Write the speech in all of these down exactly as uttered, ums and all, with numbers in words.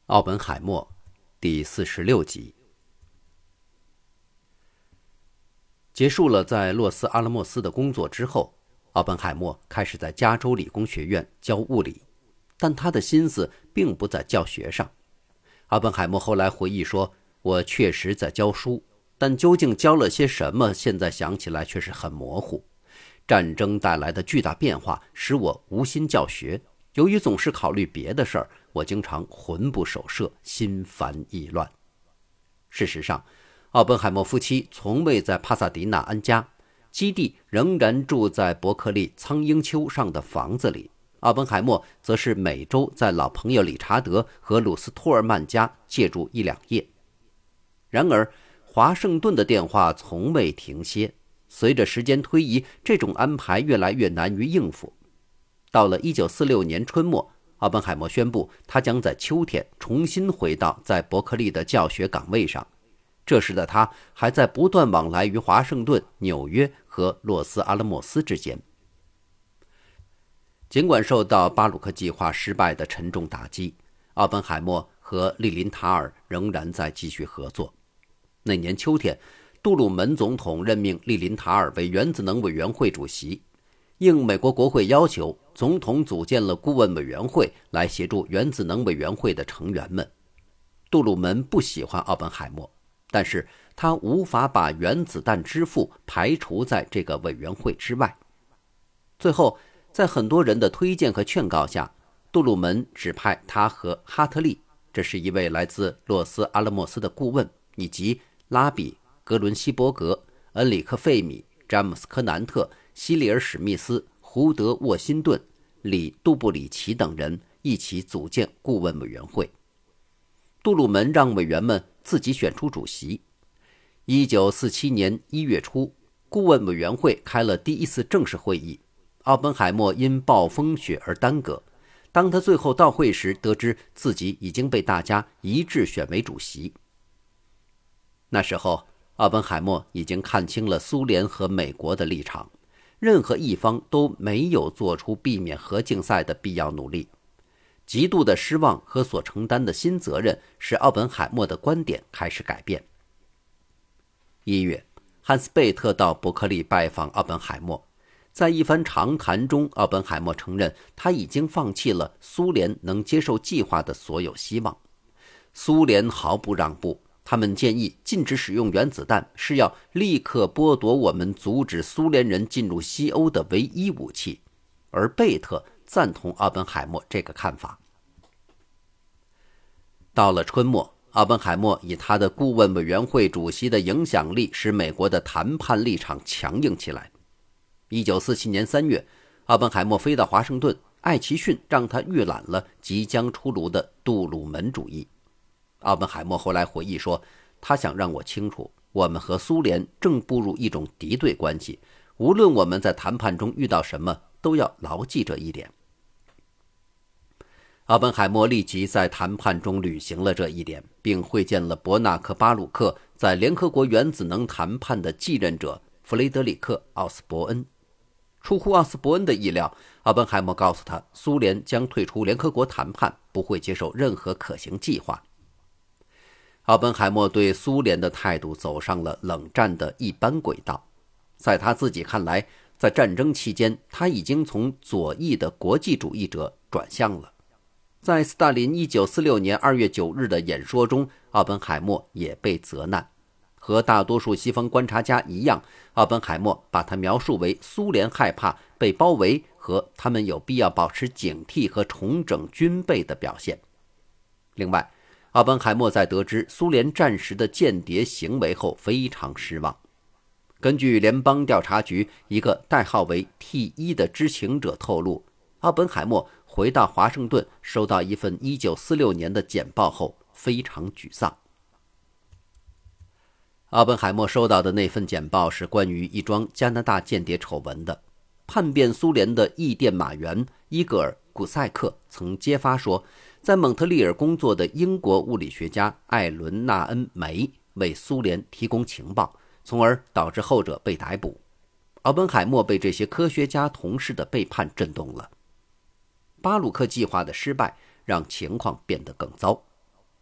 奥本海默第四十六集。结束了在洛斯阿拉莫斯的工作之后，奥本海默开始在加州理工学院教物理，但他的心思并不在教学上。奥本海默后来回忆说，我确实在教书，但究竟教了些什么，现在想起来却是很模糊。战争带来的巨大变化使我无心教学，由于总是考虑别的事儿，我经常魂不守舍，心烦意乱。事实上，奥本海默夫妻从未在帕萨迪纳安家，基地仍然住在伯克利苍鹰丘上的房子里。奥本海默则是每周在老朋友理查德和鲁斯托尔曼家借住一两夜。然而，华盛顿的电话从未停歇。随着时间推移，这种安排越来越难于应付。到了一九四六年春末，奥本海默宣布他将在秋天重新回到在伯克利的教学岗位上。这时的他还在不断往来于华盛顿、纽约和洛斯阿拉莫斯之间。尽管受到巴鲁克计划失败的沉重打击，奥本海默和利林塔尔仍然在继续合作。那年秋天，杜鲁门总统任命利林塔尔为原子能委员会主席。应美国国会要求，总统组建了顾问委员会来协助原子能委员会的成员们。杜鲁门不喜欢奥本海默，但是他无法把原子弹之父排除在这个委员会之外。最后，在很多人的推荐和劝告下，杜鲁门指派他和哈特利，这是一位来自洛斯阿拉莫斯的顾问，以及拉比、格伦西伯格、恩里克费米、詹姆斯科南特、希利尔史密斯、胡德沃辛顿、里杜布里奇等人一起组建顾问委员会。杜鲁门让委员们自己选出主席。一九四七年一月初，顾问委员会开了第一次正式会议。奥本海默因暴风雪而耽搁。当他最后到会时，得知自己已经被大家一致选为主席。那时候，奥本海默已经看清了苏联和美国的立场，任何一方都没有做出避免核竞赛的必要努力。极度的失望和所承担的新责任使奥本海默的观点开始改变。一月，汉斯贝特到伯克利拜访奥本海默。在一番长谈中，奥本海默承认他已经放弃了苏联能接受计划的所有希望。苏联毫不让步，他们建议禁止使用原子弹是要立刻剥夺我们阻止苏联人进入西欧的唯一武器，而贝特赞同奥本海默这个看法。到了春末，奥本海默以他的顾问委员会主席的影响力使美国的谈判立场强硬起来。一九四七年三月，奥本海默飞到华盛顿，艾奇逊让他预览了即将出炉的杜鲁门主义。奥本海默后来回忆说，他想让我清楚，我们和苏联正步入一种敌对关系，无论我们在谈判中遇到什么，都要牢记这一点。奥本海默立即在谈判中履行了这一点，并会见了伯纳克·巴鲁克在联合国原子能谈判的继任者弗雷德里克·奥斯伯恩。出乎奥斯伯恩的意料，奥本海默告诉他，苏联将退出联合国谈判，不会接受任何可行计划。奥本海默对苏联的态度走上了冷战的一般轨道。在他自己看来，在战争期间，他已经从左翼的国际主义者转向了。在斯大林一九四六年二月九日的演说中，奥本海默也被责难。和大多数西方观察家一样，奥本海默把它描述为苏联害怕被包围和他们有必要保持警惕和重整军备的表现。另外，奥本海默在得知苏联战时的间谍行为后非常失望。根据联邦调查局一个代号为 T 一 的知情者透露，奥本海默回到华盛顿，收到一份一九四六年的简报后非常沮丧。奥本海默收到的那份简报是关于一桩加拿大间谍丑闻的。叛变苏联的伊甸马原伊戈尔·古塞克曾揭发说，在蒙特利尔工作的英国物理学家艾伦纳恩梅为苏联提供情报，从而导致后者被逮捕。奥本海默被这些科学家同事的背叛震动了。巴鲁克计划的失败让情况变得更糟。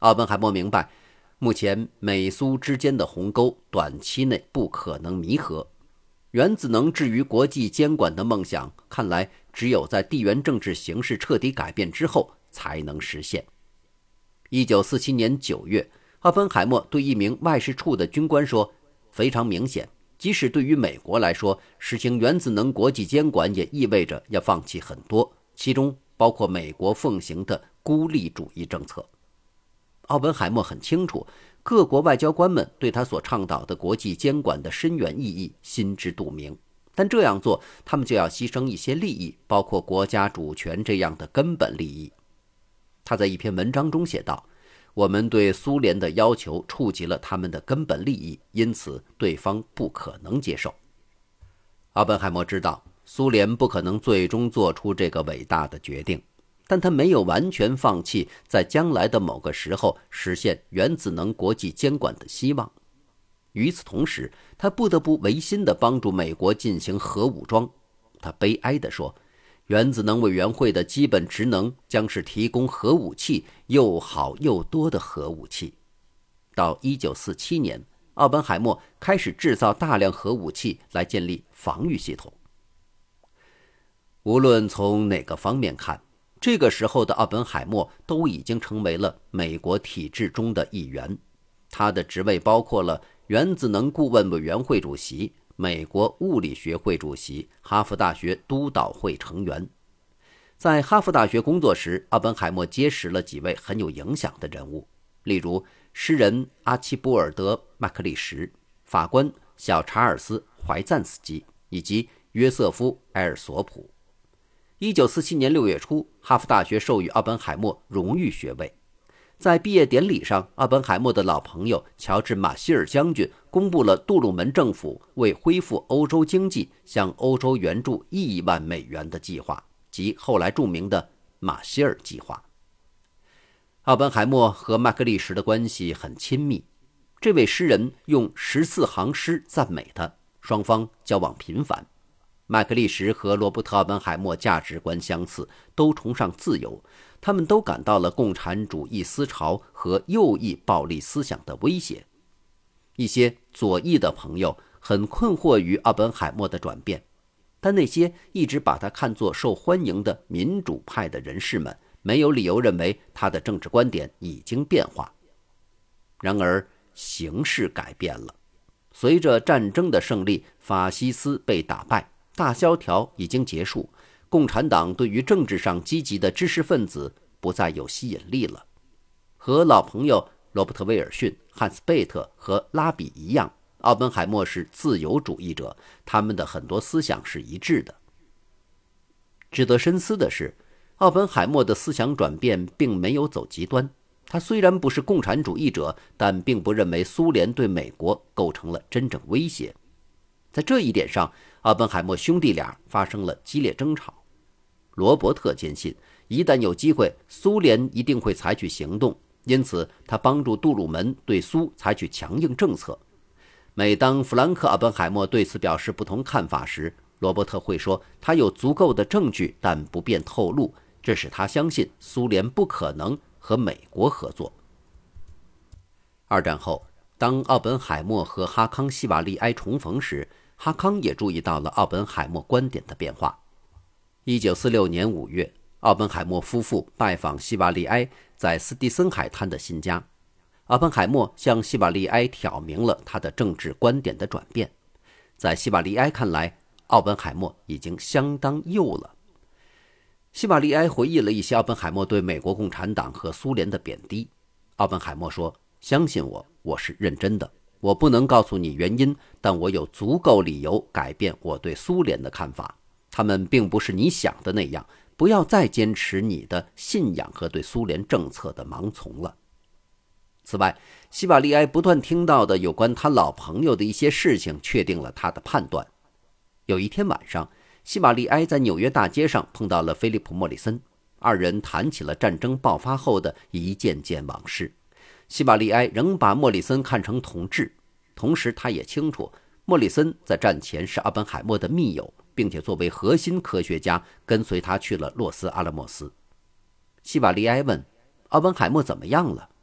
奥本海默明白，目前美苏之间的鸿沟短期内不可能弥合，原子能置于国际监管的梦想，看来只有在地缘政治形势彻底改变之后才能实现。一九四七年九月，奥本海默对一名外事处的军官说，非常明显，即使对于美国来说，实行原子能国际监管也意味着要放弃很多，其中包括美国奉行的孤立主义政策。奥本海默很清楚，各国外交官们对他所倡导的国际监管的深远意义心知肚明，但这样做他们就要牺牲一些利益，包括国家主权这样的根本利益。他在一篇文章中写道，我们对苏联的要求触及了他们的根本利益，因此对方不可能接受。奥本海默知道苏联不可能最终做出这个伟大的决定，但他没有完全放弃在将来的某个时候实现原子能国际监管的希望。与此同时，他不得不违心地帮助美国进行核武装。他悲哀地说，原子能委员会的基本职能将是提供核武器，又好又多的核武器。到一九四七年，奥本海默开始制造大量核武器来建立防御系统。无论从哪个方面看，这个时候的奥本海默都已经成为了美国体制中的一员。他的职位包括了原子能顾问委员会主席、美国物理学会主席、哈佛大学督导会成员。在哈佛大学工作时，奥本海默结识了几位很有影响的人物，例如诗人阿奇波尔德·麦克利什、法官小查尔斯·怀赞斯基以及约瑟夫·埃尔索普。一九四七年六月初，哈佛大学授予奥本海默荣誉学位。在毕业典礼上，奥本海默的老朋友乔治·马歇尔将军公布了杜鲁门政府为恢复欧洲经济向欧洲援助亿万美元的计划，即后来著名的马歇尔计划。奥本海默和麦克利什的关系很亲密，这位诗人用十四行诗赞美他，双方交往频繁。麦克利什和罗伯特·奥本海默价值观相似，都崇尚自由，他们都感到了共产主义思潮和右翼暴力思想的威胁。一些左翼的朋友很困惑于奥本海默的转变，但那些一直把他看作受欢迎的民主派的人士们没有理由认为他的政治观点已经变化。然而形势改变了，随着战争的胜利，法西斯被打败，大萧条已经结束，共产党对于政治上积极的知识分子不再有吸引力了。和老朋友罗伯特·威尔逊、汉斯·贝特和拉比一样，奥本海默是自由主义者，他们的很多思想是一致的。值得深思的是，奥本海默的思想转变并没有走极端。他虽然不是共产主义者，但并不认为苏联对美国构成了真正威胁。在这一点上，奥本海默兄弟俩发生了激烈争吵。罗伯特坚信，一旦有机会，苏联一定会采取行动，因此他帮助杜鲁门对苏采取强硬政策。每当弗兰克·奥本海默对此表示不同看法时，罗伯特会说他有足够的证据，但不便透露，这使他相信苏联不可能和美国合作。二战后，当奥本海默和哈康·希瓦利埃重逢时，哈康也注意到了奥本海默观点的变化。一九四六年五月，奥本海默夫妇拜访希瓦利埃在斯蒂森海滩的新家。奥本海默向希瓦利埃挑明了他的政治观点的转变。在希瓦利埃看来，奥本海默已经相当右了。希瓦利埃回忆了一些奥本海默对美国共产党和苏联的贬低。奥本海默说，相信我，我是认真的。我不能告诉你原因，但我有足够理由改变我对苏联的看法。他们并不是你想的那样，不要再坚持你的信仰和对苏联政策的盲从了。此外，希瓦利埃不断听到的有关他老朋友的一些事情确定了他的判断。有一天晚上，希瓦利埃在纽约大街上碰到了菲利普·莫里森，二人谈起了战争爆发后的一件件往事。希瓦利埃仍把莫里森看成同志，同时他也清楚莫里森在战前是奥本海默的密友，并且作为核心科学家跟随他去了洛斯阿拉莫斯。希瓦利埃问，奥本海默怎么样了？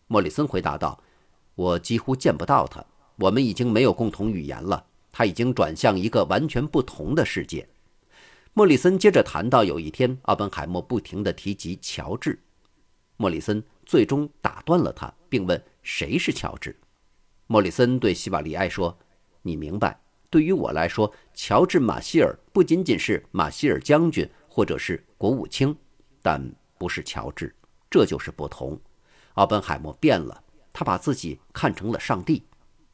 莫里森回答道：我几乎见不到他，我们已经没有共同语言了，他已经转向一个完全不同的世界。莫里森接着谈到，有一天奥本海默不停地提及乔治。莫里森最终打断了他，并问谁是乔治。莫里森对希瓦利埃说：你明白，对于我来说，乔治·马歇尔不仅仅是马歇尔将军或者是国务卿，但不是乔治，这就是不同。奥本海默变了，他把自己看成了上帝。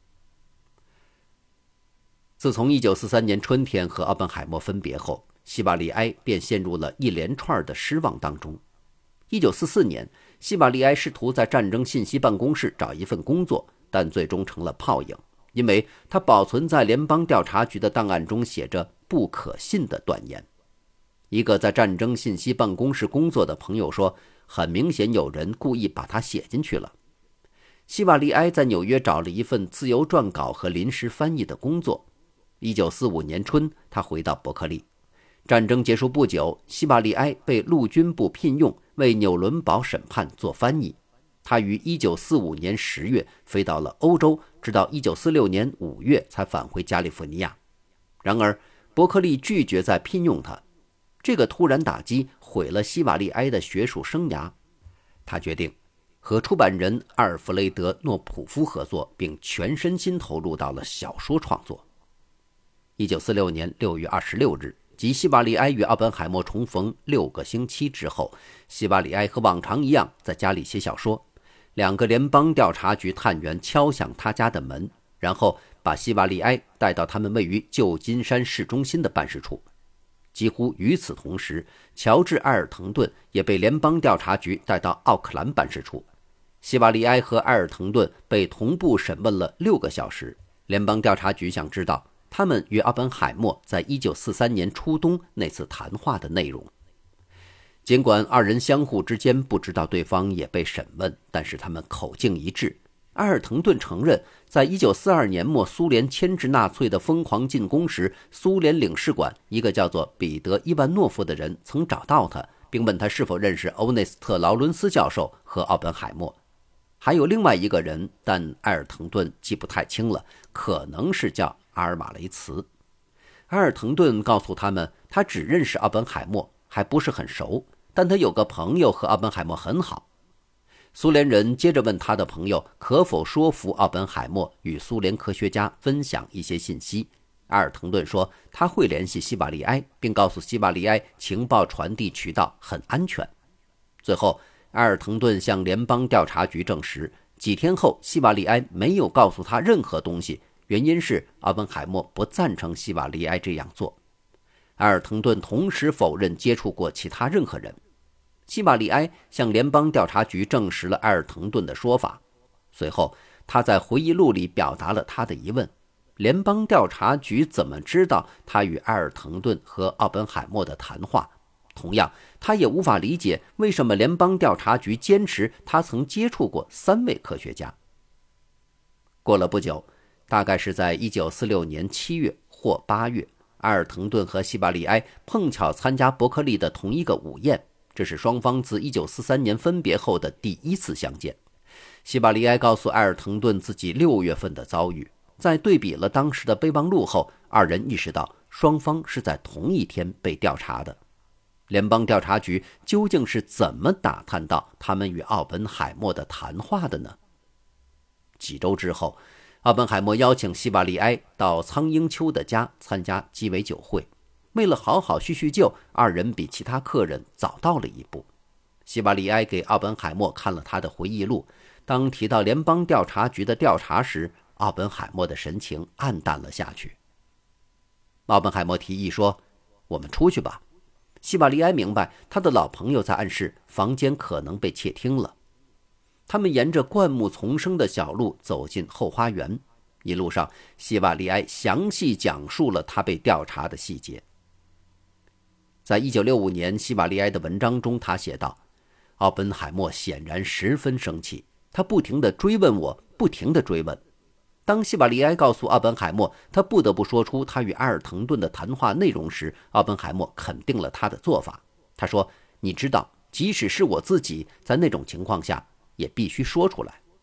自从一九四三年春天和奥本海默分别后，希瓦利埃便陷入了一连串的失望当中。一九四四年，希瓦利埃试图在战争信息办公室找一份工作，但最终成了泡影，因为他保存在联邦调查局的档案中写着不可信的断言。一个在战争信息办公室工作的朋友说，很明显有人故意把它写进去了。希瓦利埃在纽约找了一份自由撰稿和临时翻译的工作。一九四五年春，他回到伯克利。战争结束不久，希瓦利埃被陆军部聘用，为纽伦堡审判做翻译。他于一九四五年十月飞到了欧洲，直到一九四六年五月才返回加利福尼亚。然而，伯克利拒绝再聘用他。这个突然打击毁了希瓦利埃的学术生涯。他决定和出版人阿尔弗雷德·诺普夫合作，并全身心投入到了小说创作。一九四六年六月二十六日，即希瓦利埃与奥本海默重逢六个星期之后，希瓦利埃和往常一样在家里写小说。两个联邦调查局探员敲响他家的门，然后把希瓦利埃带到他们位于旧金山市中心的办事处。几乎与此同时，乔治·埃尔滕顿也被联邦调查局带到奥克兰办事处。希瓦利埃和埃尔滕顿被同步审问了六个小时。联邦调查局想知道他们与奥本海默在一九四三年初冬那次谈话的内容。尽管二人相互之间不知道对方也被审问，但是他们口径一致。埃尔滕顿承认，在一九四二年末苏联牵制纳粹的疯狂进攻时，苏联领事馆一个叫做彼得·伊万诺夫的人曾找到他，并问他是否认识欧内斯特·劳伦斯教授和奥本海默。还有另外一个人，但埃尔滕顿记不太清了，可能是叫阿尔马雷茨。埃尔滕顿告诉他们，他只认识奥本海默，还不是很熟，但他有个朋友和奥本海默很好。苏联人接着问他的朋友可否说服奥本海默与苏联科学家分享一些信息。埃尔滕顿说他会联系希瓦利埃，并告诉希瓦利埃情报传递渠道很安全。最后，埃尔滕顿向联邦调查局证实，几天后希瓦利埃没有告诉他任何东西，原因是奥本海默不赞成希瓦利埃这样做。埃尔滕顿同时否认接触过其他任何人。希瓦利埃向联邦调查局证实了埃尔滕顿的说法。随后，他在回忆录里表达了他的疑问：联邦调查局怎么知道他与埃尔滕顿和奥本海默的谈话？同样，他也无法理解为什么联邦调查局坚持他曾接触过三位科学家。过了不久，大概是在一九四六年七月或八月，埃尔滕顿和希瓦利埃碰巧参加伯克利的同一个午宴，这是双方自一九四三年分别后的第一次相见。希瓦利埃告诉埃尔滕顿自己六月份的遭遇，在对比了当时的备忘录后，二人意识到双方是在同一天被调查的。联邦调查局究竟是怎么打探到他们与奥本海默的谈话的呢？几周之后，奥本海默邀请希瓦利埃到苍鹰丘的家参加鸡尾酒会。为了好好叙叙旧，二人比其他客人早到了一步。希瓦利埃给奥本海默看了他的回忆录，当提到联邦调查局的调查时，奥本海默的神情暗淡了下去。奥本海默提议说：我们出去吧。希瓦利埃明白他的老朋友在暗示房间可能被窃听了。他们沿着灌木丛生的小路走进后花园，一路上希瓦利埃详细讲述了他被调查的细节。在一九六五年希瓦利埃的文章中，他写道：奥本海默显然十分生气，他不停地追问我，不停地追问。当希瓦利埃告诉奥本海默他不得不说出他与埃尔滕顿的谈话内容时，奥本海默肯定了他的做法。他说：你知道，即使是我自己在那种情况下也必须说出来。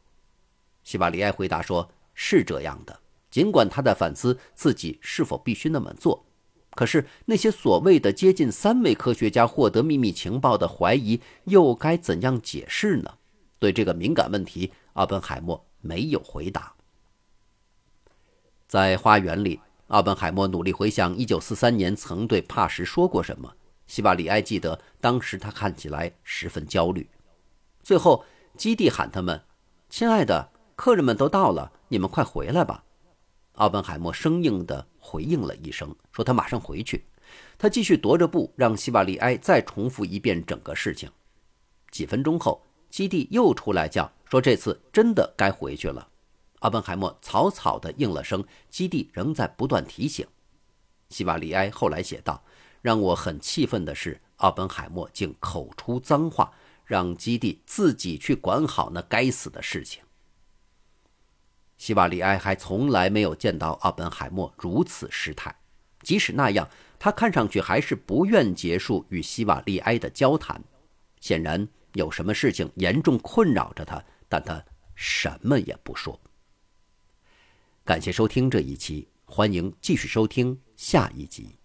希瓦里埃回答说，是这样的，尽管他在反思自己是否必须那么做，可是那些所谓的接近三位科学家获得秘密情报的怀疑又该怎样解释呢？对这个敏感问题，奥本海默没有回答。在花园里，奥本海默努力回想一九四三年曾对帕什说过什么。希瓦里埃记得当时他看起来十分焦虑。最后基地喊他们，亲爱的，客人们都到了，你们快回来吧。奥本海默生硬地回应了一声，说他马上回去。他继续踱着步，让希瓦里埃再重复一遍整个事情。几分钟后，基地又出来叫，说这次真的该回去了。奥本海默草草地应了声，基地仍在不断提醒。希瓦里埃后来写道，让我很气愤的是，奥本海默竟口出脏话，让基地自己去管好那该死的事情。希瓦里埃还从来没有见到奥本海默如此失态，即使那样，他看上去还是不愿结束与希瓦利埃的交谈。显然有什么事情严重困扰着他，但他什么也不说。感谢收听这一期，欢迎继续收听下一集。